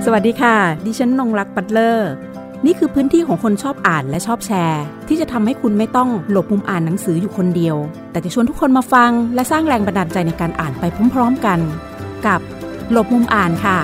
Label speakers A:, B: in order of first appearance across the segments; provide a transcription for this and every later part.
A: สวัสดีค่ะดิฉันนงรักปัตเลอร์นี่คือพื้นที่ของคนชอบอ่านและชอบแชร์ที่จะทำให้คุณไม่ต้องหลบมุมอ่านหนังสืออยู่คนเดียวแต่จะชวนทุกคนมาฟังและสร้างแรงบันดาลใจในการอ่านไปพร้อมๆกันกับหลบมุมอ่านค่ะ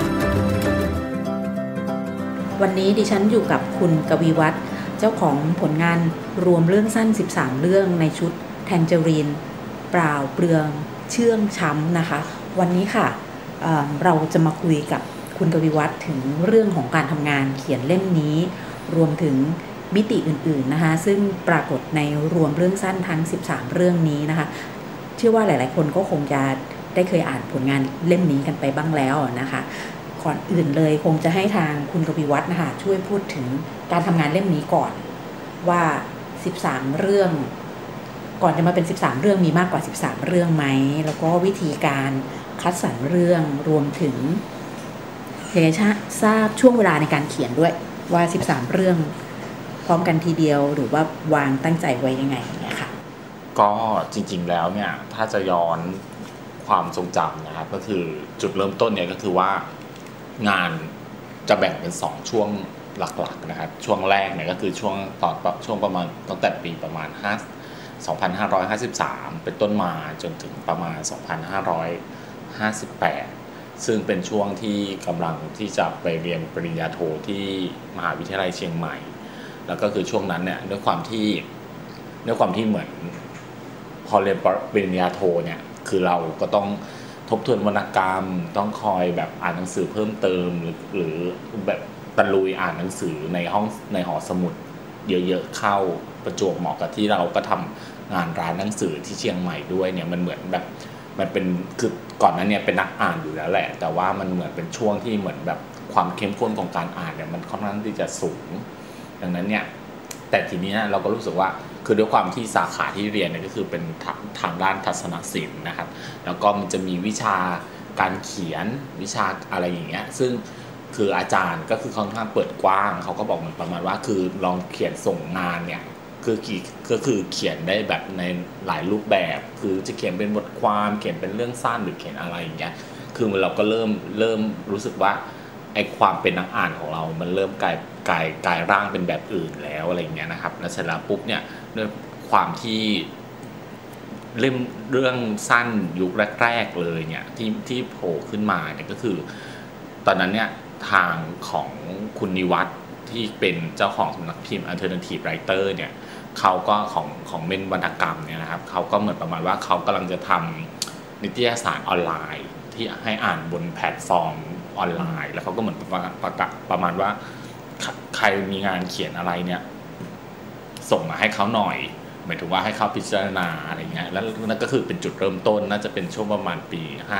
A: วันนี้ดิฉันอยู่กับคุณกวีวัฒน์เจ้าของผลงานรวมเรื่องสั้น13เรื่องในชุดแทนเจอรีนเปล่าเปลืองเชื่องช้ำนะคะวันนี้ค่ะเราจะมาคุยกับคุณกวีวัฒน์ถึงเรื่องของการทำงานเขียนเล่มนี้รวมถึงมิติอื่นๆนะคะซึ่งปรากฏในรวมเรื่องสั้นทั้ง13เรื่องนี้นะคะเชื่อว่าหลายๆคนก็คงจะได้เคยอ่านผลงานเล่มนี้กันไปบ้างแล้วนะคะก่อนอื่นเลยคงจะให้ทางคุณกวีวัฒน์นะคะช่วยพูดถึงการทำงานเล่มนี้ก่อนว่า13เรื่องก่อนจะมาเป็น13เรื่องมีมากกว่า13เรื่องไหมแล้วก็วิธีการคัดสรรเรื่องรวมถึงอยากจะทราบช่วงเวลาในการเขียนด้วยว่า13เรื่องพร้อมกันทีเดียวหรือว่าวางตั้งใจไว้ยังไงเนี่ยค่ะ
B: ก็จริงๆแล้วเนี่ยถ้าจะย้อนความทรงจำนะครับก็คือจุดเริ่มต้นเนี่ยก็คือว่างานจะแบ่งเป็น2ช่วงหลักๆนะครับช่วงแรกเนี่ยก็คือช่วงประมาณตั้งแต่ปีประมาณ2553เป็นต้นมาจนถึงประมาณ2558ซึ่งเป็นช่วงที่กำลังที่จะไปเรียนปริญญาโทที่มหาวิทยาลัยเชียงใหม่แล้วก็คือช่วงนั้นเนี่ยด้วยความที่เหมือนพอเรียนปริญญาโทเนี่ยคือเราก็ต้องทบทวนวรรณกรรมต้องคอยแบบอ่านหนังสือเพิ่มเติมหรือแบบตะลุยอ่านหนังสือในหอสมุดเยอะๆเข้าประจวบเหมาะกับที่เราก็ทำงานร้านหนังสือที่เชียงใหม่ด้วยเนี่ยมันเหมือนแบบมันเป็นคือก่อนนั้นเนี่ยเป็นนักอ่านอยู่แล้วแหละแต่ว่ามันเหมือนเป็นช่วงที่เหมือนแบบความเข้มข้นของการอ่านเนี่ยมันค่อนข้างที่จะสูงดังนั้นเนี่ยแต่ทีนี้เราก็รู้สึกว่าคือด้วยความที่สาขาที่เรียนเนี่ยก็คือเป็นทางด้านทัศนศิลป์นะครับแล้วก็มันจะมีวิชาการเขียนวิชาอะไรอย่างเงี้ยซึ่งคืออาจารย์ก็คือค่อนข้างเปิดกว้างเขาก็บอกเหมือนประมาณว่าคือลองเขียนส่งงานเนี่ยก็คือเขียนได้แบบในหลายรูปแบบคือจะเขียนเป็นบทความเขียนเป็นเรื่องสั้นหรือเขียนอะไรอย่างเงี้ยคือเราก็เริ่มรู้สึกว่าไอ้ความเป็นนักอ่านของเรามันเริ่มกลายร่างเป็นแบบอื่นแล้วอะไรเงี้ยนะครับแล้วเสร็จแล้วปุ๊บเนี่ยด้วยความที่เรื่องสั้นยุคแรกๆเลยเนี่ยที่โผล่ขึ้นมาเนี่ยก็คือตอนนั้นเนี่ยทางของคุณนิวัฒน์ที่เป็นเจ้าของสำนักพิมพ์ Alternative Writer เนี่ยเขาก็ของเมนวรรณกรรมเนี่ยนะครับเขาก็เหมือนประมาณว่าเขากำลังจะทำนิตยสารออนไลน์ที่ให้อ่านบนแพลตฟอร์มออนไลน์แล้วเขาก็เหมือนประมาณว่าใครมีงานเขียนอะไรเนี่ยส่งมาให้เขาหน่อยหมายถึงว่าให้เขาพิจารณาอะไรเงี้ยแล้วนั่นก็คือเป็นจุดเริ่มต้นน่าจะเป็นช่วงประมาณปี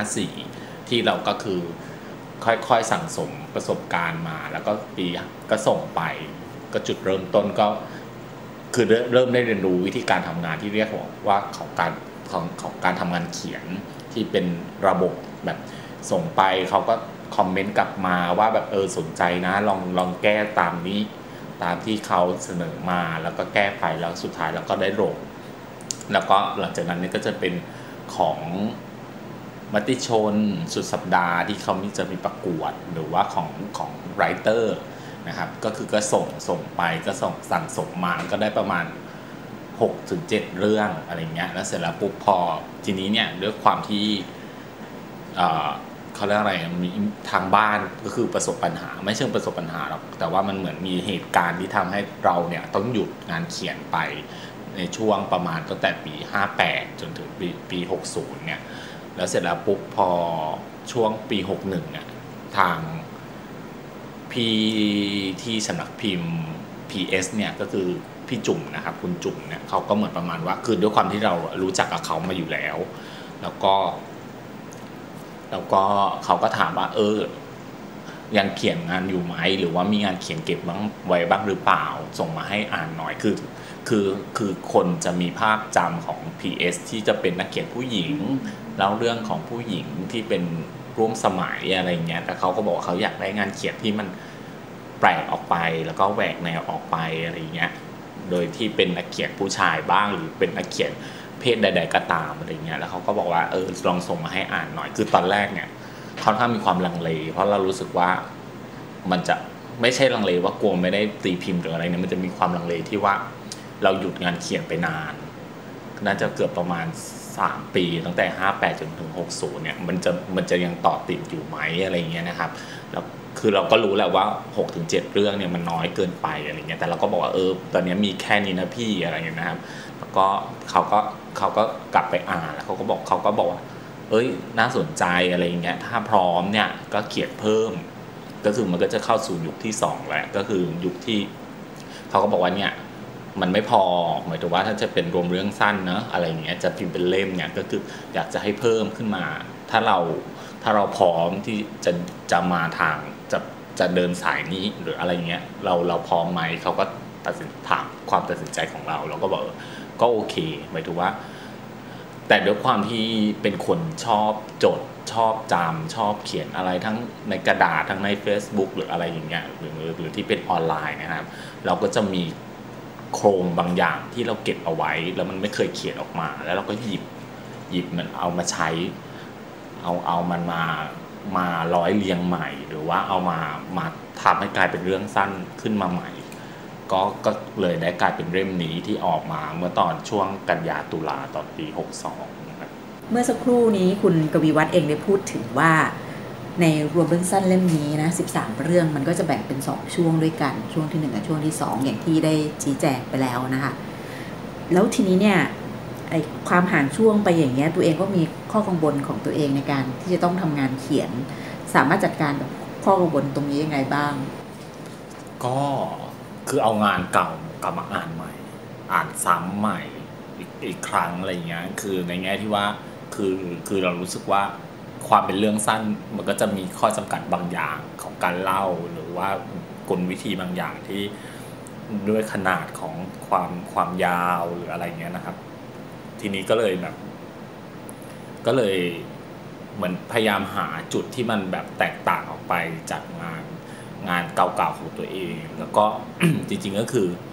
B: 54ที่เราก็คือค่อยๆสั่งสมประสบการณ์มาแล้วก็ปีก็ส่งไปก็จุดเริ่มต้นก็คือเริ่มได้เรียนรู้วิธีการทำงานที่เรียกว่าของการทำงานเขียนที่เป็นระบบแบบส่งไปเขาก็คอมเมนต์กลับมาว่าแบบสนใจนะลองแก้ตามนี้ตามที่เขาเสนอมาแล้วก็แก้ไปแล้วสุดท้ายแล้วก็ได้ลงแล้วก็หลังจากนั้นนี่ก็จะเป็นของมติชนสุดสัปดาห์ที่เขาจะมีประกวดหรือว่าของไรเตอร์นะครับก็คือก็ส่งไปก็สั่งส่งมาก็ได้ประมาณ 6-7 เรื่องอะไรเงี้ยแล้วเสร็จแล้วปุ๊บพอทีนี้เนี่ยด้วยความที่เขาเรียกอะไรมีทางบ้านก็คือประสบปัญหาไม่เชิงประสบปัญหาหรอกแต่ว่ามันเหมือนมีเหตุการณ์ที่ทำให้เราเนี่ยต้องหยุดงานเขียนไปในช่วงประมาณตั้งแต่ปี58จนถึงปี60เนี่ยแล้วเสร็จแล้วปุ๊บพอช่วงปี61เนี่ยทางพี่ที่สำนักพิมพ์ PS เนี่ยก็คือพี่จุ่มนะครับคุณจุ่มเนี่ยเขาก็เหมือนประมาณว่าคือด้วยความที่เรารู้จักกับเขามาอยู่แล้วแล้วก็เขาก็ถามว่ายังเขียนงานอยู่ไหมหรือว่ามีงานเขียนเก็บไว้บ้างหรือเปล่าส่งมาให้อ่านหน่อยคือคนจะมีภาพจำของ PS ที่จะเป็นนักเขียนผู้หญิงเล่าเรื่องของผู้หญิงที่เป็นร่วมสมัยอะไรเงี้ยแต่เขาก็บอกว่าเขาอยากได้งานเขียนที่มันแปลกออกไปแล้วก็แหวกแนวออกไปอะไรเงี้ยโดยที่เป็นนักเขียนผู้ชายบ้างหรือเป็นนักเขียนเพศใดๆก็ตามอะไรเงี้ยแล้วเขาก็บอกว่าลองส่งมาให้อ่านหน่อยคือตอนแรกเนี่ยค่อนข้างมีความลังเลเพราะเรารู้สึกว่ามันจะไม่ใช่ลังเลว่ากลัวไม่ได้ตีพิมพ์หรืออะไรเนี่ยมันจะมีความลังเลที่ว่าเราหยุดงานเขียนไปนานน่าจะเกือบประมาณ3 ปีตั้งแต่58จนถึง60เนี่ยมันจะยังต่อติดอยู่ไหมอะไรเงี้ยนะครับแล้วคือเราก็รู้แหละว่า 6-7 เรื่องเนี่ยมันน้อยเกินไปอะไรเงี้ยแต่เราก็บอกว่าตอนนี้มีแค่นี้นะพี่อะไรเงี้ยนะครับแล้วก็เขาก็กลับไปอ่านแล้วเขาก็บอกว่าน่าสนใจอะไรเงี้ยถ้าพร้อมเนี่ยก็เขียนเพิ่มก็คือมันก็จะเข้าสู่ยุคที่2แล้วก็คือยุคที่เขาก็บอกว่าเนี่ยมันไม่พอหมายถึงว่าถ้าจะเป็นรวมเรื่องสั้นเนอะอะไรเงี้ยจะพิมพ์เป็นเล่มเนี่ยก็คืออยากจะให้เพิ่มขึ้นมาถ้าเราพร้อมที่จะมาทางจะเดินสายนี้หรืออะไรเงี้ยเราพร้อมไหมเขาก็ถามความตัดสินใจของเราก็บอกก็โอเคหมายถึงว่าแต่ด้วยความที่เป็นคนชอบจดชอบจำชอบเขียนอะไรทั้งในกระดาษทั้งใน Facebook หรืออะไรอย่างเงี้ยหรือที่เป็นออนไลน์นะครับเราก็จะมีโครงบางอย่างที่เราเก็บเอาไว้แล้วมันไม่เคยเขียนออกมาแล้วเราก็หยิบมันเอามาใช้เอามันมาร้อยเรียงใหม่หรือว่าเอามาทำให้กลายเป็นเรื่องสั้นขึ้นมาใหม่ก็เลยได้กลายเป็นเล่มนี้ที่ออกมาเมื่อตอนช่วงกันยาตุลาตอนปี62นะครับ
A: เมื่อสักครู่นี้คุณกวีวัฒน์เองได้พูดถึงว่าในรวมเรื่องสั้นเล่มนี้นะ13เรื่องมันก็จะแบ่งเป็น2ช่วงด้วยกันช่วงที่1กับช่วงที่2อย่างที่ได้ชี้แจงไปแล้วนะคะแล้วทีนี้เนี่ยความห่างช่วงไปอย่างเงี้ยตัวเองก็มีข้อกังวลของตัวเองในการที่จะต้องทำงานเขียนสามารถจัดการกับข้อกังวลตรงนี้ยังไงบ้าง
B: ก็คือเอางานเก่ากลับมาอ่านใหม่อ่านซ้ำใหม่อีกครั้งอะไรเงี้ยคือในแง่ที่ว่าคือเรารู้สึกว่าความเป็นเรื่องสั้นมันก็จะมีข้อจำกัดบางอย่างของการเล่าหรือว่ากลวิธีบางอย่างที่ด้วยขนาดของความยาวหรืออะไรเงี้ยนะครับทีนี้ก็เลยเหมือนพยายามหาจุดที่มันแบบแตกต่างออกไปจากงานเก่าๆของตัวเองแล้วก็ จริงๆก็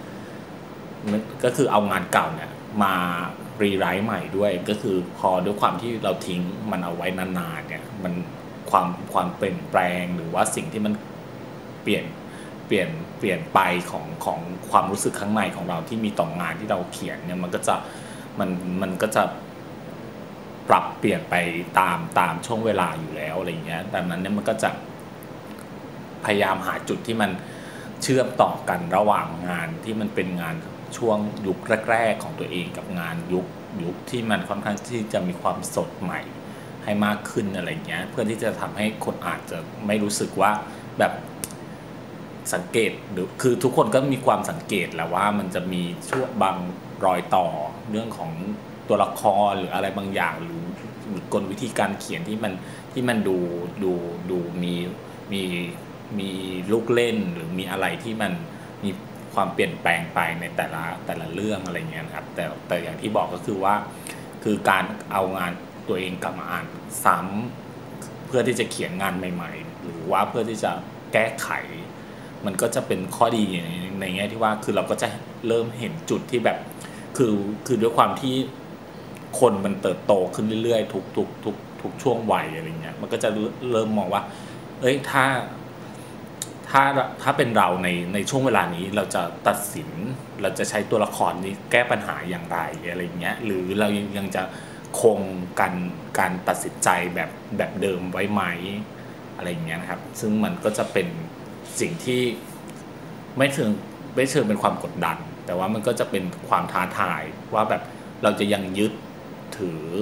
B: คือเอางานเก่าเนี่ยมารีไรต์ใหม่ด้วยก็คือพอด้วยความที่เราทิ้งมันเอาไว้นานๆเนี่ยมันความเปลี่ยนแปลงหรือว่าสิ่งที่มันเปลี่ยนไปของความรู้สึกข้างในของเราที่มีต่องานที่เราเขียนเนี่ยมันก็จะปรับเปลี่ยนไปตามช่วงเวลาอยู่แล้วอะไรเงี้ยดังนั้นเนี่ยมันก็จะพยายามหาจุดที่มันเชื่อมต่อกันระหว่างงานที่มันเป็นงานช่วงยุคแรกๆของตัวเองกับงานยุคที่มันค่อนข้างที่จะมีความสดใหม่ให้มากขึ้นอะไรเงี้ยเพื่อที่จะทำให้คนอาจจะไม่รู้สึกว่าแบบสังเกตหรือคือทุกคนก็มีความสังเกตแหละว่ามันจะมีช่วงบางรอยต่อเรื่องของตัวละครหรืออะไรบางอย่างหรือกลวิธีการเขียนที่มันดูมีลูกเล่นหรือมีอะไรที่มันมีความเปลี่ยนแปลงไปในแต่ละเรื่องอะไรเงี้ยครับแต่อย่างที่บอกก็คือว่าคือการเอางานตัวเองกลับมาอ่านซ้ำเพื่อที่จะเขียนงานใหม่ๆหรือว่าเพื่อที่จะแก้ไขมันก็จะเป็นข้อดีในแง่ที่ว่าคือเราก็จะเริ่มเห็นจุดที่แบบคือด้วยความที่คนมันเติบโตขึ้นเรื่อยๆทุกช่วงวัยอะไรเงี้ยมันก็จะเริ่มมองว่าถ้าเป็นเราในช่วงเวลานี้เราจะตัดสินเราจะใช้ตัวละครนี้แก้ปัญหาอย่างไรอะไรเงี้ยหรือเรายังจะคงการตัดสินใจแบบเดิมไว้ไหมอะไรเงี้ยนะครับซึ่งมันก็จะเป็นสิ่งที่ไม่เชิงเป็นความกดดันแต่ว่ามันก็จะเป็นความท้าทายว่าแบบเราจะยังยึดถือ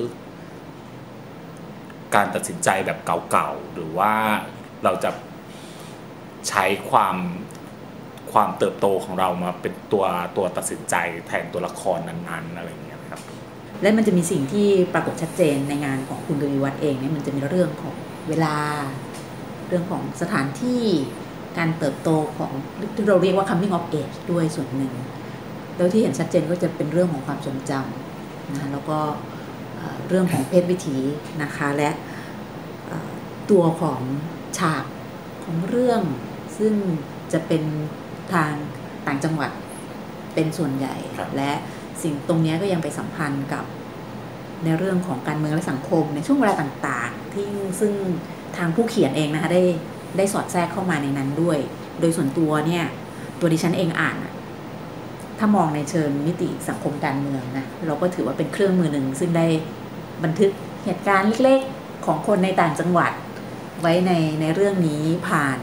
B: การตัดสินใจแบบเก่าๆหรือว่าเราจะใช้ความเติบโตของเรามาเป็นตัวตัดสินใจแทนตัวละครนั้นๆอะไรอย่างเงี้ยครับ
A: และมันจะมีสิ่งที่ปรากฏชัดเจนในงานของคุณกวีวัฒน์เองเนี่ยมันจะมีเรื่องของเวลาเรื่องของสถานที่การเติบโตของที่เราเรียกว่า coming of age ด้วยส่วนหนึ่งแล้วที่เห็นชัดเจนก็จะเป็นเรื่องของความทรงจำนะแล้วก็เรื่องของเพศวิถีนะคะและตัวของฉากของเรื่องซึ่งจะเป็นทางต่างจังหวัดเป็นส่วนใหญ่และสิ่งตรงนี้ก็ยังไปสัมพันธ์กับในเรื่องของการเมืองและสังคมในช่วงเวลาต่างๆที่ซึ่งทางผู้เขียนเองนะคะได้สอดแทรกเข้ามาในนั้นด้วย โดยส่วนตัวเนี่ยตัวดิฉันเองอ่านถ้ามองในเชิงมิติสังคมการเมืองนะเราก็ถือว่าเป็นเครื่องมือหนึ่งซึ่งได้บันทึกเหตุการณ์เล็กๆของคนในต่างจังหวัดไว้ในเรื่องนี้ผ่าน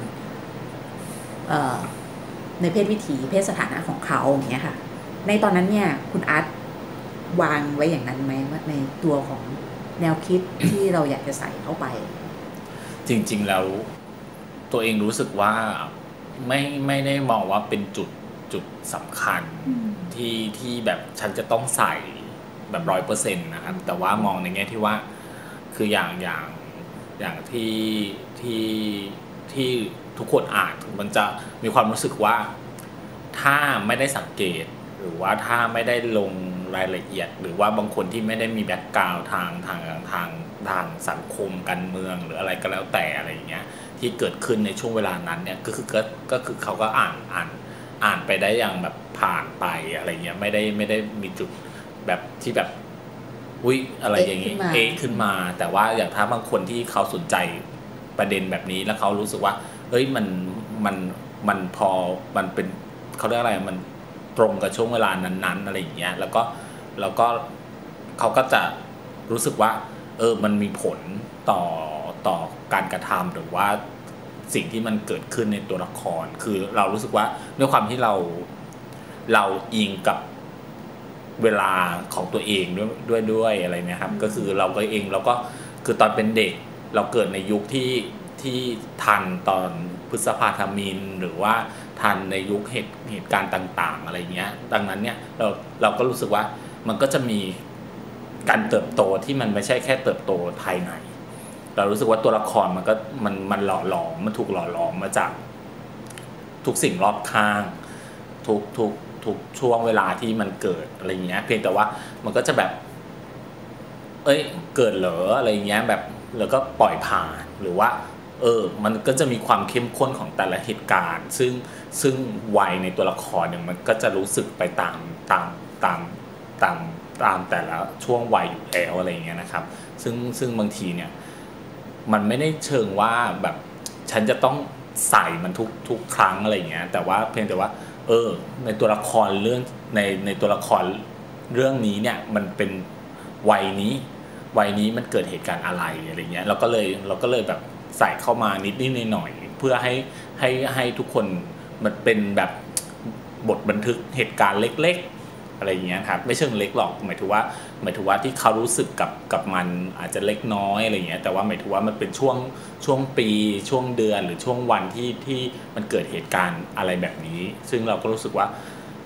A: ในเพศวิถีเพศสถานะของเขาอย่างเงี้ยค่ะในตอนนั้นเนี่ยคุณอาร์ตวางไว้อย่างนั้นไหมว่าในตัวของแนวคิด ที่เราอยากจะใส่เข้าไป
B: จริงๆแล้วตัวเองรู้สึกว่าไม่ได้มองว่าเป็นจุดสำคัญที่แบบฉันจะต้องใส่แบบ100%นะครับแต่ว่ามองในแง่ที่ว่าคืออย่างที่ทุกคนอ่านมันจะมีความรู้สึกว่าถ้าไม่ได้สังเกตหรือว่าถ้าไม่ได้ลงรายละเอียดหรือว่าบางคนที่ไม่ได้มีแบ็คกราวด์ทางสังคมการเมืองหรืออะไรก็แล้วแต่อะไรอย่างเงี้ยที่เกิดขึ้นในช่วงเวลานั้นเนี่ยก็คือเขาก็อ่านไปได้อย่างแบบผ่านไปอะไรเงี้ยไม่ได้มีจุดแบบที่แบบอุ๊ยอะไรอย่างงี้ขึ้นมาแต่ว่าอย่างถ้าบางคนที่เขาสนใจประเด็นแบบนี้แล้วเขารู้สึกว่าเฮ้ยมันพอมันเป็นเขาเรียกอะไรมันตรงกับช่วงเวลานั้นๆอะไรอย่างเงี้ยแล้วก็เขาก็จะรู้สึกว่ามันมีผลต่อการกระทำหรือว่าสิ่งที่มันเกิดขึ้นในตัวละครคือเรารู้สึกว่าด้วยความที่เราอิงกับเวลาของตัวเองด้วยอะไรเนี่ยครับก็คือเราก็คือตอนเป็นเด็กเราเกิดในยุคที่ทันตอนพฤษภาธมิฬหรือว่าทันในยุคเหตุการณ์ต่างๆอะไรเงี้ยดังนั้นเนี่ยเราก็รู้สึกว่ามันก็จะมีการเติบโตที่มันไม่ใช่แค่เติบโตภายในเรารู้สึกว่าตัวละครมันหล่อหลอมมันถูกหล่อหลอมมาจากทุกสิ่งรอบข้างทุกช่วงเวลาที่มันเกิดอะไรเงี้ยเพียงแต่ว่ามันก็จะแบบเกิดเหรออะไรเงี้ยแบบแล้วก็ปล่อยผ่านหรือว่ามันก็จะมีความเข้มข้นของแต่ละเหตุการณ์ซึ่งวัยในตัวละครเนี่ยมันก็จะรู้สึกไปตามแต่ละช่วงวัยอยู่แล้วอะไรเงี้ยนะครับซึ่งบางทีเนี่ยมันไม่ได้เชิงว่าแบบฉันจะต้องใส่มันทุกครั้งอะไรเงี้ยแต่ว่าเพียงแต่ว่าในตัวละครเรื่องในตัวละครเรื่องนี้เนี่ยมันเป็นวัยนี้มันเกิดเหตุการณ์อะไรอะไรเงี้ยเราก็เลยแบบใส่เข้ามานิดหน่อยเพื่อให้ทุกคนมันเป็นแบบบทบันทึกเหตุการณ์เล็กๆอะไรเงี้ยครับไม่เชิงเล็กหรอกหมายถึงว่าที่เขารู้สึกกับมันอาจจะเล็กน้อยอะไรเงี้ยแต่ว่าหมายถึงว่ามันเป็นช่วงปีช่วงเดือนหรือช่วงวันที่มันเกิดเหตุการณ์อะไรแบบนี้ซึ่งเราก็รู้สึกว่า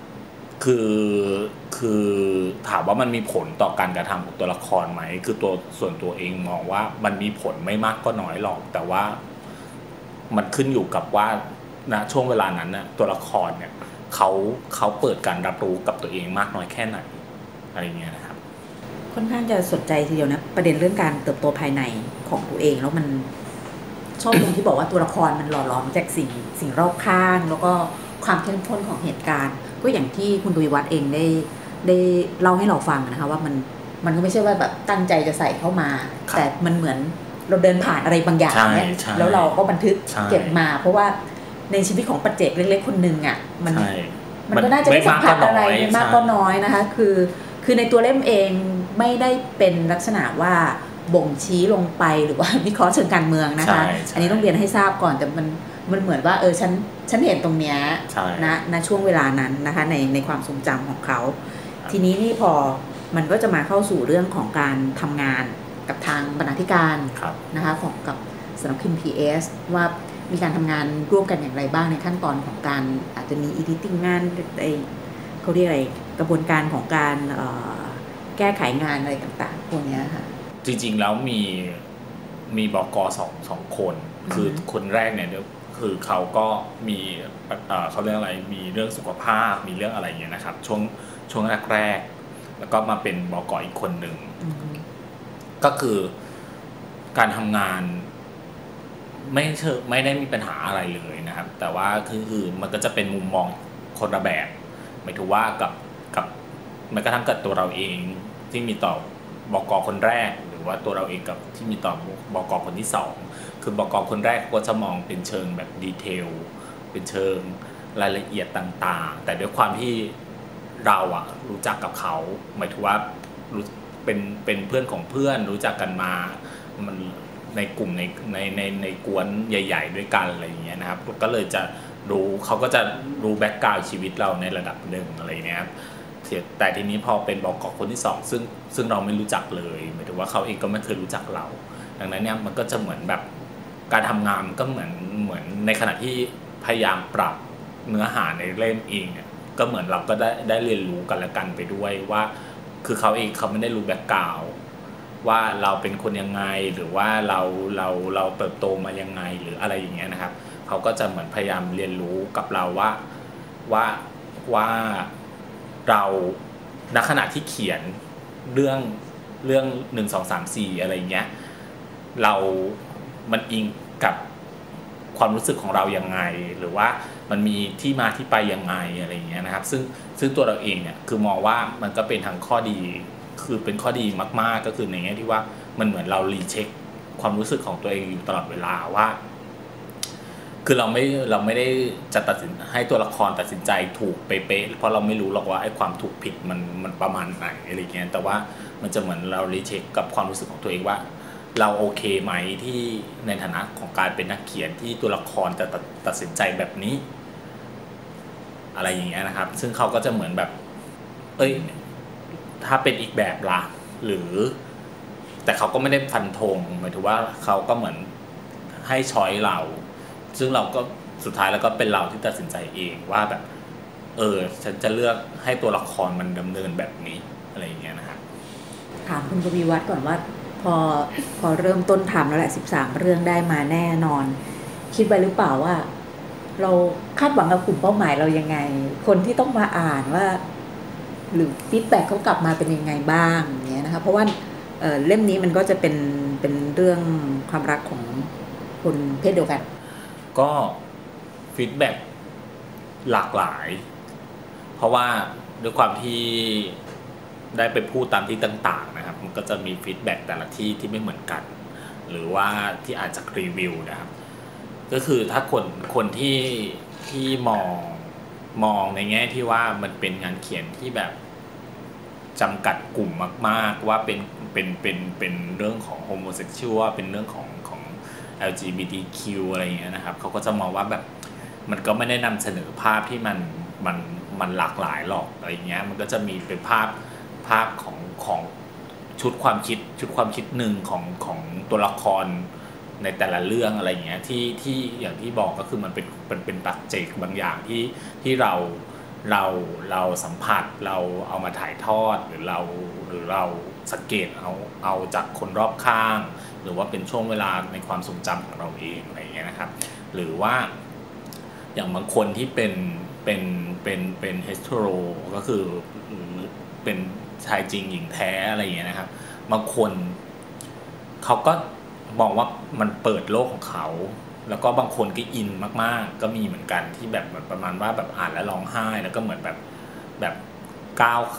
B: คือถามว่ามันมีผลต่อการกระทำของตัวละครไหมคือส่วนตัวเองมองว่ามันมีผลไม่มากก็น้อยหรอกแต่ว่ามันขึ้นอยู่กับว่าณช่วงเวลานั้นน่ะตัวละครเนี่ยเขาเปิดการรับรู้กับตัวเองมากน้อยแค่ไหนอะไรเงี้ยนะครับ
A: ค่อนข้างจะสนใจทีเดียวนะประเด็นเรื่องการเติบโตภายในของตัวเองแล้วมันชอบตรงที่บอกว่าตัวละครมันหล่อหลอมจากสิ่งรอบข้างแล้วก็ความเข้มข้นของเหตุการณ์ก็อย่างที่คุณกวีวัฒน์เองได้เล่าให้เราฟังนะคะว่ามันก็ไม่ใช่ว่าแบบตั้งใจจะใส่เข้ามาแต่มันเหมือนเราเดินผ่านอะไรบางอย่างเนี่ยแล้วเราก็บันทึกเก็บมาเพราะว่าในชีวิตของปัจเจกเล็กๆคนหนึ่งอ่ะมันก็น่าจะได้สัมผัสอะไรไม่มากก็น้อยนะคะคือในตัวเล่มเองไม่ได้เป็นลักษณะว่าบ่งชี้ลงไปหรือว่าวิเคราะห์เชิงการเมืองนะคะอันนี้ต้องเรียนให้ทราบก่อนแต่มันเหมือนว่าฉันเห็นตรงเนี้ยณช่วงเวลานั้นนะคะในความทรงจำของเขาทีนี้นี่พอมันก็จะมาเข้าสู่เรื่องของการทำงานกับทางบรรณาธิการนะคะของกับสำนักพิมพ์ PS ว่ามีการทำงานร่วมกันอย่างไรบ้างในขั้นตอนของการอาจจะมี editing งานเขาเรียกอะไรกระบวนการของการแก้ไขงานอะไรต่างๆพวกนี้ค่ะ
B: จริงๆแล้วมีบก.สองคนคือคนแรกเนี่ยคือเขาก็มีเขาเรียกอะไรมีเรื่องสุขภาพมีเรื่องอะไรอย่างเงี้ยนะครับช่วงแรกๆแล้วก็มาเป็นบก.อีกคนหนึ่งก็คือการทำงานไม่ได้มีปัญหาอะไรเลยนะครับแต่ว่าคือมันก็จะเป็นมุมมองคนละแบบหมายถึงว่ากับแม้กระทั่งกับตัวเราเองที่มีต่อบก.คนแรกหรือว่าตัวเราเองกับที่มีต่อบก.คนที่2คือบก.คนแรกก็จะมองเป็นเชิงแบบดีเทลเป็นเชิงรายละเอียดต่างๆแต่ด้วยความที่เราอะรู้จักกับเขาหมายถึงว่าเป็นเพื่อนของเพื่อนรู้จักกันมามันในกลุ่มในกวนใหญ่ๆด้วยกันอะไรอย่างเงี้ยนะครับก็เลยจะรู้เขาก็จะรู้แบ็คกราวด์ชีวิตเราในระดับหนึ่งอะไรเงี้ยครับแต่ทีนี้พอเป็นบก.คนที่2ซึ่งเราไม่รู้จักเลยหมายถึงว่าเขาเองก็ไม่เคยรู้จักเราดังนั้นเนี่ยมันก็จะเหมือนแบบการทำงานก็เหมือนในขณะที่พยายามปรับเนื้อหาในเล่มเองเนี่ยก็เหมือนเราก็ได้เรียนรู้กันและกันไปด้วยว่าคือเขาเองเขาไม่ได้รู้แบ็คกราวด์ว่าเราเป็นคนยังไงหรือว่าเราเติบโตมายังไงหรืออะไรอย่างเงี้ยนะครับเขาก็จะเหมือนพยายามเรียนรู้กับเราว่าเราณขณะที่เขียนเรื่อง1 2 3 4อะไรเงี้ยมันอิงกับความรู้สึกของเรายังไงหรือว่ามันมีที่มาที่ไปยังไงอะไรเงี้ยนะครับซึ่งตัวเราเองเนี่ยคือมองว่ามันก็เป็นทางข้อดีคือเป็นข้อดีมากๆก็คือในแง่ที่ว่ามันเหมือนเรารีเช็คความรู้สึกของตัวเองอยู่ตลอดเวลาว่าคือเราไม่ได้จะตัดสินให้ตัวละครตัดสินใจถูกเป๊ะๆเพราะเราไม่รู้หรอกว่าไอ้ความถูกผิดมันประมาณไหนอะไรเงี้ยแต่ว่ามันจะเหมือนเรารีเช็คกับความรู้สึกของตัวเองว่าเราโอเคไหมที่ในฐานะของการเป็นนักเขียนที่ตัวละครจะตัดสินใจแบบนี้อะไรอย่างเงี้ยนะครับซึ่งเขาก็จะเหมือนแบบถ้าเป็นอีกแบบละหรือแต่เขาก็ไม่ได้ฟันธงหมายถึงว่าเขาก็เหมือนให้ช้อยเราซึ่งเราก็สุดท้ายแล้วก็เป็นเราที่ตัดสินใจเองว่าแบบฉันจะเลือกให้ตัวละครมันดำเนินแบบนี้อะไรอย่างเงี้ยนะครับ
A: ถามคุณกวีวัฒน์ก่อนว่าพอเริ่มต้นทำแล้วแหละ13เรื่องได้มาแน่นอนคิดไว้หรือเปล่าว่าเราคาดหวังกับกลุ่มเป้าหมายเรายังไงคนที่ต้องมาอ่านว่าหรือฟีดแบ็กเขากลับมาเป็นยังไงบ้างอย่างเงี้ยนะคะเพราะว่าเล่มนี้มันก็จะเป็นเรื่องความรักของคนเพศเดียวกัน
B: ก็ฟีดแบ็กหลากหลายเพราะว่าด้วยความที่ได้ไปพูดตามที่ต่างๆนะครับมันก็จะมีฟีดแบ็กแต่ละที่ไม่เหมือนกันหรือว่าที่อาจจะรีวิวนะครับก็คือถ้าคนที่มองในแง่ที่ว่ามันเป็นงานเขียนที่แบบจำกัดกลุ่มมากๆว่าเป็นเรื่องของโฮโมเซ็กชวลเป็นเรื่องของ LGBTQ อะไรอย่างเงี้ยนะครับเขาก็จะมองว่าแบบมันก็ไม่ได้นำเสนอภาพที่มันหลากหลายหรอกอะไรเงี้ยมันก็จะมีเป็นภาพของชุดความคิดหนึ่งของตัวละครในแต่ละเรื่องอะไรเงี้ยที่อย่างที่บอกก็คือมันเป็นปัจเจกบางอย่างที่เราสัมผัสเราเอามาถ่ายทอดหรือเราสังเกตเอาจากคนรอบข้างหรือว่าเป็นช่วงเวลาในความทรงจำของเราเองอะไรเงี้ยนะครับหรือว่าอย่างบางคนที่เป็นเฮสโทโรก็คือเป็นชายจริงหญิงแท้อะไรอย่างเงี้ยนะครับบางคนเขาก็มองว่ามันเปิดโลกของเขาแล้วก็บางคนก็อินมากๆก็มีเหมือนกันที่แบบประมาณว่าแบบอ่านแล้วร้องไห้แล้วก็เหมือนแบบก้าว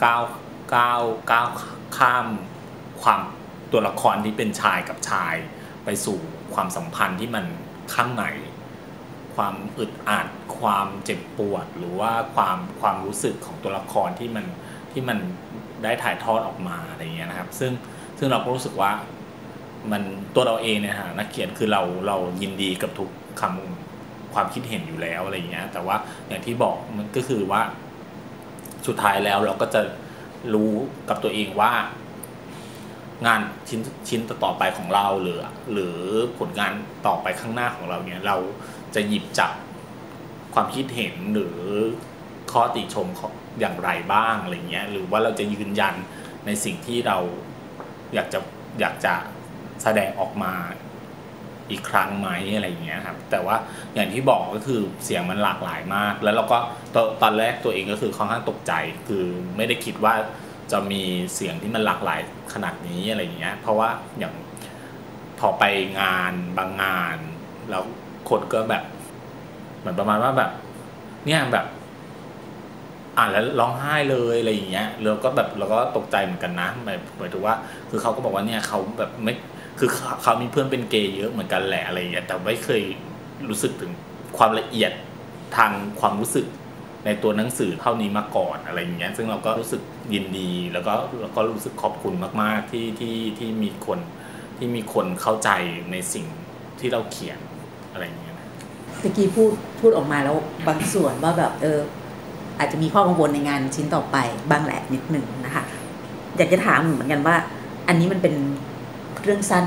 B: ข้ามความตัวละครที่เป็นชายกับชายไปสู่ความสัมพันธ์ที่มันข้างในความอึดอัดความเจ็บปวดหรือว่าความรู้สึกของตัวละครที่มันได้ถ่ายทอดออกมาอะไรเงี้ยนะครับซึ่งเราก็รู้สึกว่ามันตัวเราเองเนี่ยฮะนักเขียนคือเรายินดีกับทุกความคิดเห็นอยู่แล้วอะไรเงี้ยแต่ว่าอย่างที่บอกมันก็คือว่าสุดท้ายแล้วเราก็จะรู้กับตัวเองว่างานชิ้นต่อไปของเราหรือผลงานต่อไปข้างหน้าของเราเนี่ยเราจะหยิบจับความคิดเห็นหรือข้อติชมอย่างไรบ้างอะไรเงี้ยหรือว่าเราจะยืนยันในสิ่งที่เราอยากจะแสดงออกมาอีกครั้งไหมอะไรอย่างเงี้ยครับแต่ว่าอย่างที่บอกก็คือเสียงมันหลากหลายมากแล้วเราก็ตอนแรกตัวเองก็คือค่อนข้างตกใจคือไม่ได้คิดว่าจะมีเสียงที่มันหลากหลายขนาดนี้อะไรอย่างเงี้ยเพราะว่าอย่างพอไปงานบางงานแล้วคนก็แบบเหมือนประมาณว่าแบบเนี่ยแบบอ่านแล้วร้องไห้เลยอะไรอย่างเงี้ยแล้วก็แบบเราก็ตกใจเหมือนกันนะหมายถึงว่าคือเขาก็บอกว่าเนี่ยเขาแบบไม่คือเขามีเพื่อนเป็นเกย์เยอะเหมือนกันแหละอะไรอย่างเงี้ยแต่ไม่เคยรู้สึกถึงความละเอียดทางความรู้สึกในตัวหนังสือเท่านี้มาก่อนอะไรอย่างเงี้ยซึ่งเราก็รู้สึกยินดีแล้วก็รู้สึกขอบคุณมากๆที่มีคนเข้าใจในสิ่งที่เราเขียนอะไรอย่างเงี้ย
A: ตะกี้พูดออกมาแล้วบางส่วนว่าแบบอาจจะมีข้อกังวลในงานชิ้นต่อไปบ้างแหละนิดหนึ่งนะคะอยากจะถามเหมือนกันว่าอันนี้มันเป็นเรื่องสั้น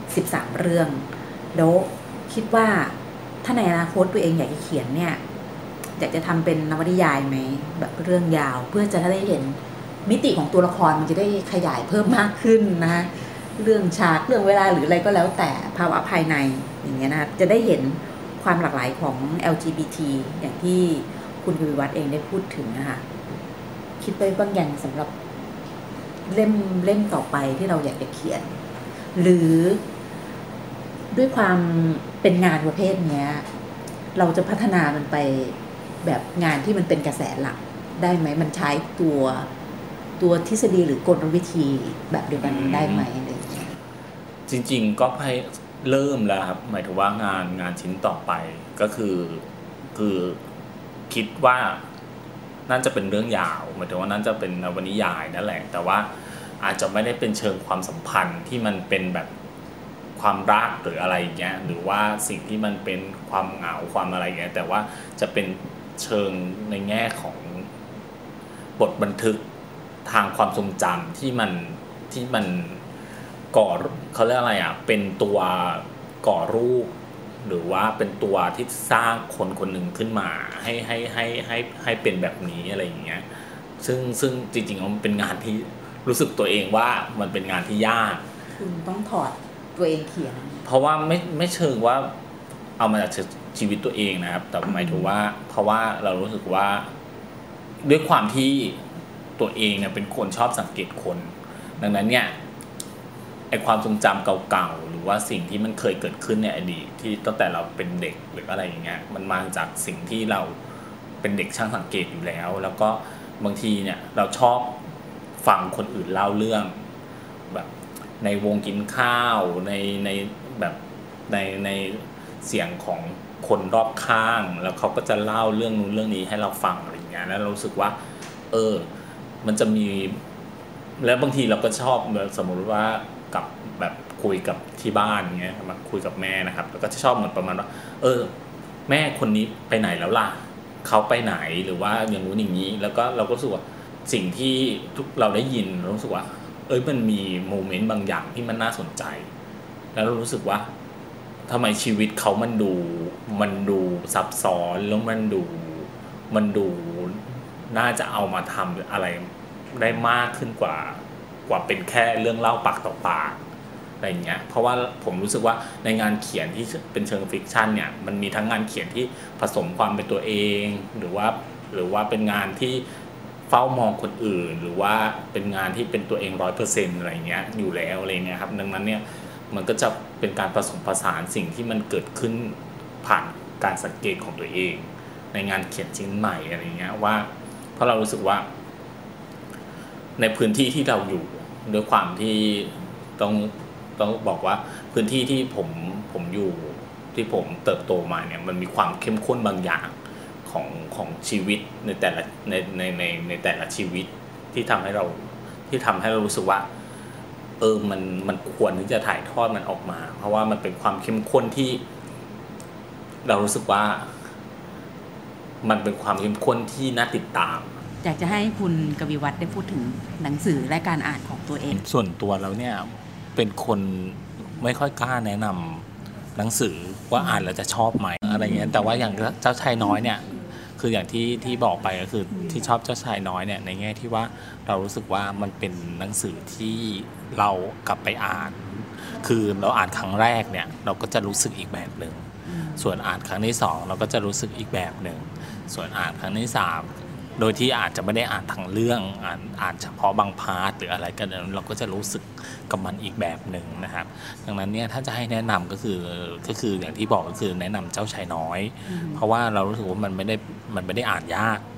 A: 13เรื่องแล้วคิดว่าถ้าในอนาคตตัวเองอยากจะเขียนเนี่ยอยากจะทำเป็นนวนิยายไหมแบบเรื่องยาวเพื่อจะได้เห็นมิติของตัวละครมันจะได้ขยายเพิ่มมากขึ้นนะเรื่องฉากเรื่องเวลาหรืออะไรก็แล้วแต่ภาวะภายในอย่างเงี้ยนะจะได้เห็นความหลากหลายของ LGBT อย่างที่คุณกวีวัฒน์เองได้พูดถึงนะคะคิดไว้บางอย่างสำหรับเล่มต่อไปที่เราอยากจะเขียนหรือด้วยความเป็นงานประเภทนี้เราจะพัฒนามันไปแบบงานที่มันเป็นกระแสหลักได้ไหมมันใช้ตัวทฤษฎีหรือกลวิธีแบบเดียวกันได้ไหมอะไรอย่างเงี้ย
B: จริงๆก็ให้เริ่มแล้วครับหมายถึงว่างานชิ้นต่อไปก็คือคิดว่าน่าจะเป็นเรื่องยาวหมายถึงว่าน่าจะเป็นนวนิยายนั่นแหละแต่ว่าอาจจะไม่ได้เป็นเชิงความสัมพันธ์ที่มันเป็นแบบความรักหรืออะไรอย่างเงี้ยหรือว่าสิ่งที่มันเป็นความเหงาความอะไรอย่างเงี้ยแต่ว่าจะเป็นเชิงในแง่ของบทบันทึกทางความทรงจำที่มันก่อเขาเรียกอะไรเป็นตัวก่อรูปหรือว่าเป็นตัวที่สร้างคนคนหนึ่งขึ้นมาให้เป็นแบบนี้อะไรอย่างเงี้ยซึ่งจริงๆมันเป็นงานที่รู้สึกตัวเองว่ามันเป็นงานที่ยาก
A: คุณต้องถอดตัวเองเขียน
B: เพราะว่าไม่เชิงว่าเอามาจากชีวิตตัวเองนะครับแต่หมายถึงว่าเพราะว่าเรารู้สึกว่าด้วยความที่ตัวเองเนี่ยเป็นคนชอบสังเกตคนดังนั้นเนี่ยไอความทรงจำเก่าๆหรือว่าสิ่งที่มันเคยเกิดขึ้นในอดีตที่ตั้งแต่เราเป็นเด็กหรืออะไรอย่างเงี้ยมันมาจากสิ่งที่เราเป็นเด็กช่างสังเกตอยู่แล้วก็บางทีเนี่ยเราชอบฟังคนอื่นเล่าเรื่องแบบในวงกินข้าวในแบบในเสียงของคนรอบข้างแล้วเขาก็จะเล่าเรื่องนู้นเรื่องนี้ให้เราฟังอะไรอย่างเงี้ยแล้วเรารู้สึกว่ามันจะมีแล้วบางทีเราก็ชอบสมมุติว่ากับแบบคุยกับที่บ้านเงี้ยมาคุยกับแม่นะครับแล้วก็จะชอบเหมือนประมาณว่าแม่คนนี้ไปไหนแล้วล่ะเขาไปไหนหรือว่าอย่างนู้นอย่างนี้แล้วก็เราก็รู้สึกว่าสิ่งที่เราได้ยินเรารู้สึกว่ามันมีโมเมนต์บางอย่างที่มันน่าสนใจแล้วเรารู้สึกว่าทำไมชีวิตเขามันดูซับซ้อนแล้วมันดูน่าจะเอามาทำอะไรได้มากขึ้นกว่าเป็นแค่เรื่องเล่าปากต่อปากอะไรอย่างเงี้ยเพราะว่าผมรู้สึกว่าในงานเขียนที่เป็นเชิงฟิกชันเนี่ยมันมีทั้งงานเขียนที่ผสมความเป็นตัวเองหรือว่าเป็นงานที่เฝ้ามองคนอื่นหรือว่าเป็นงานที่เป็นตัวเอง 100% อะไรเงี้ยอยู่แล้วอะไรเงี้ยครับดังนั้นเนี่ยมันก็จะเป็นการผสมผสานสิ่งที่มันเกิดขึ้นผ่านการสังเกตของตัวเองในงานเขียนชิ้นใหม่อะไรเงี้ยว่าเพราะเรารู้สึกว่าในพื้นที่ที่เราอยู่ด้วยความที่ต้องบอกว่าพื้นที่ที่ผมอยู่ที่ผมเติบโตมาเนี่ยมันมีความเข้มข้นบางอย่างของชีวิตในแต่ละในแต่ละชีวิตที่ทำให้เรารู้สึกว่ามันควรที่จะถ่ายทอดมันออกมาเพราะว่ามันเป็นความเข้มข้นที่เรารู้สึกว่ามันเป็นความเข้มข้นที่น่าติดตาม
A: อยากจะให้คุณกวีวัฒน์ได้พูดถึงหนังสือและการอ่านของตัวเอง
B: ส่วนตัวเราเนี่ยเป็นคนไม่ค่อยกล้าแนะนำหนังสือว่าอ่านแล้วจะชอบไหมอะไรเงี้ยแต่ว่าอย่างเจ้าชายน้อยเนี่ยคืออย่างที่บอกไปก็คือที่ชอบเจ้าชายน้อยเนี่ยในแง่ที่ว่าเรารู้สึกว่ามันเป็นหนังสือที่เรากลับไปอ่านคือเราอ่านครั้งแรกเนี่ยเราก็จะรู้สึกอีกแบบนึงส่วนอ่านครั้งที่2เราก็จะรู้สึกอีกแบบนึงส่วนอ่านครั้งที่3โดยที่อาจจะไม่ได้อ่านทั้งเรื่องอ่านเฉพาะบางพาร์ทหรืออะไรกันเราก็จะรู้สึกกับมันอีกแบบนึงนะครับดังนั้นเนี่ยถ้าจะให้แนะนำก็คืออย่างที่บอกก็คือแนะนำเจ้าชายน้อยเพราะว่าเรารู้สึกว่ามันไม่ได้อ่านยาก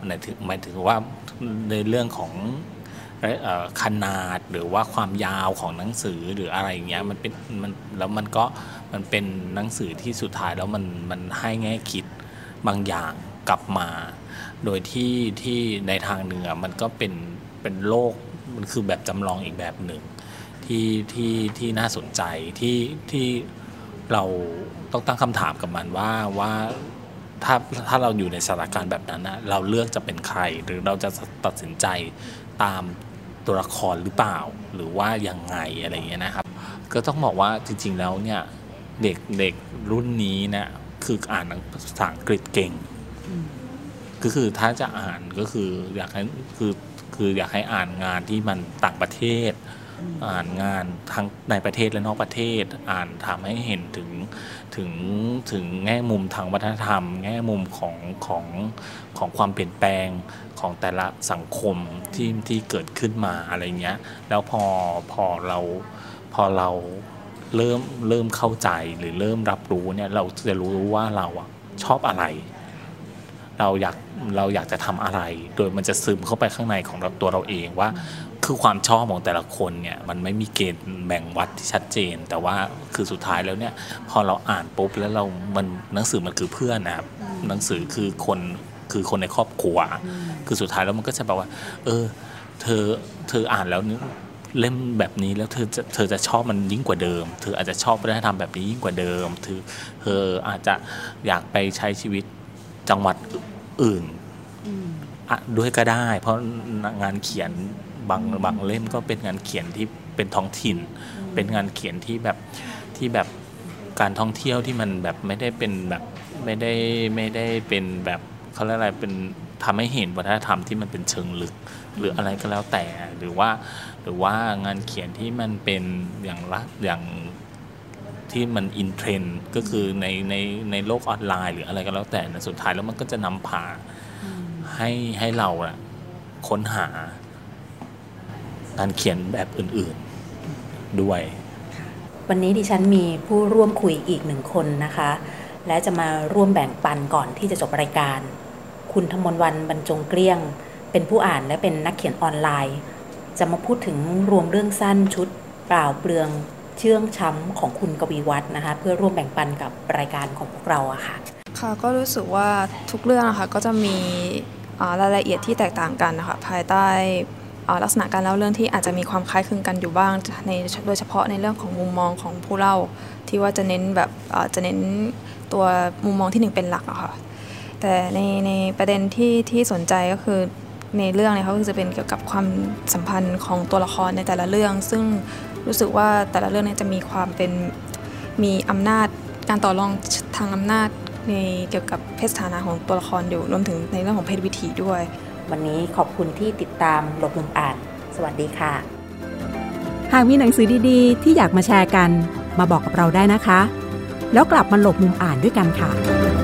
C: หมายถึงว่าในเรื่องของขนาดหรือว่าความยาวของหนังสือหรืออะไรอย่างเงี้ยมันแล้วมันเป็นหนังสือที่สุดท้ายแล้วมันให้แง่คิดบางอย่างกลับมาโดยที่ในทางหนึ่งมันก็เป็นโลกมันคือแบบจำลองอีกแบบหนึ่งที่น่าสนใจที่เราต้องตั้งคำถามกับมันว่าถ้าเราอยู่ในสถานการณ์แบบนั้นนะเราเลือกจะเป็นใครหรือเราจะตัดสินใจตามตัวละครหรือเปล่าหรือว่ายังไงอะไรเงี้ยนะครับก็ต้องบอกว่าจริงๆแล้วเนี่ยเด็กรุ่นนี้เนี่ยคืออ่านภาษาอังกฤษเก่งก็คือถ้าจะอ่านก็คืออยากให้อ่านงานที่มันต่างประเทศอ่านงานทั้งในประเทศและนอกประเทศอ่านทำให้เห็นถึงแง่มุมทางวัฒนธรรมแง่มุมของความเปลี่ยนแปลงของแต่ละสังคมที่เกิดขึ้นมาอะไรเงี้ยแล้วพอเราเริ่มเข้าใจหรือเริ่มรับรู้เนี่ยเราจะรู้ว่าเราชอบอะไรเราอยากจะทำอะไรโดยมันจะซึมเข้าไปข้างในของตัวเราเองว่าคือความชอบของแต่ละคนเนี่ยมันไม่มีเกณฑ์แบ่งวัดที่ชัดเจนแต่ว่าคือสุดท้ายแล้วเนี่ยพอเราอ่านปุ๊บแล้วหนังสือมันคือเพื่อนนะครับหนังสือคือคนในครอบครัวคือสุดท้ายแล้วมันก็จะแบบว่าเธออ่านแล้วเล่มแบบนี้แล้วเธอจะชอบมันยิ่งกว่าเดิมเธออาจจะชอบวัฒนธรรมแบบนี้ยิ่งกว่าเดิมเธออาจจะอยากไปใช้ชีวิตจังหวัดอื่นด้วยก็ได้เพราะงานเขียนบางเล่มก็เป็นงานเขียนที่เป็นท้องถิ่นเป็นงานเขียนที่แบบการท่องเที่ยวที่มันแบบไม่ได้เป็นแบบไม่ได้เป็นแบบเขาเรียกอะไรเป็นทำให้เห็นวัฒนธรรมที่มันเป็นเชิงลึกหรืออะไรก็แล้วแต่หรือว่างานเขียนที่มันเป็นอย่างที่มันอินเทรนด์ก็คือในโลกออนไลน์หรืออะไรก็แล้วแต่นะสุดท้ายแล้วมันก็จะนำพาให้เราค้นหาการเขียนแบบอื่นๆด้วย
A: วันนี้ดิฉันมีผู้ร่วมคุยอีกหนึ่งคนนะคะและจะมาร่วมแบ่งปันก่อนที่จะจบรายการคุณธมนต์วรรณ บรรจงเกลี้ยงเป็นผู้อ่านและเป็นนักเขียนออนไลน์จะมาพูดถึงรวมเรื่องสั้นชุดเปล่าเปลืองเชื่องช้ำของคุณกวีวัฒน์นะคะเพื่อร่วมแบ่งปันกับรายการของพวกเราค่ะ
D: ค่ะก็รู้สึกว่าทุกเรื่องนะคะก็จะมีรายละเอียดที่แตกต่างกันนะคะภายใต้ลักษณะการเล่าเรื่องที่อาจจะมีความคล้ายคลึงกันอยู่บ้างโดยเฉพาะในเรื่องของมุมมองของผู้เล่าที่ว่าจะเน้นแบบจะเน้นตัวมุมมองที่1เป็นหลักอะค่ะแต่ในประเด็นที่สนใจก็คือในเรื่องเนี่ยเขาจะเป็นเกี่ยวกับความสัมพันธ์ของตัวละครในแต่ละเรื่องซึ่งรู้สึกว่าแต่ละเรื่องเนี่ยจะมีความเป็นมีอำนาจการต่อรองทางอำนาจในเกี่ยวกับเพศสถานะของตัวละครอยู่รวมถึงในเรื่องของเพศวิถีด้วย
A: วันนี้ขอบคุณที่ติดตามหลบมุมอ่านสวัสดีค่ะ
E: หากมีหนังสือดีๆที่อยากมาแชร์กันมาบอกกับเราได้นะคะแล้วกลับมาหลบมุมอ่านด้วยกันค่ะ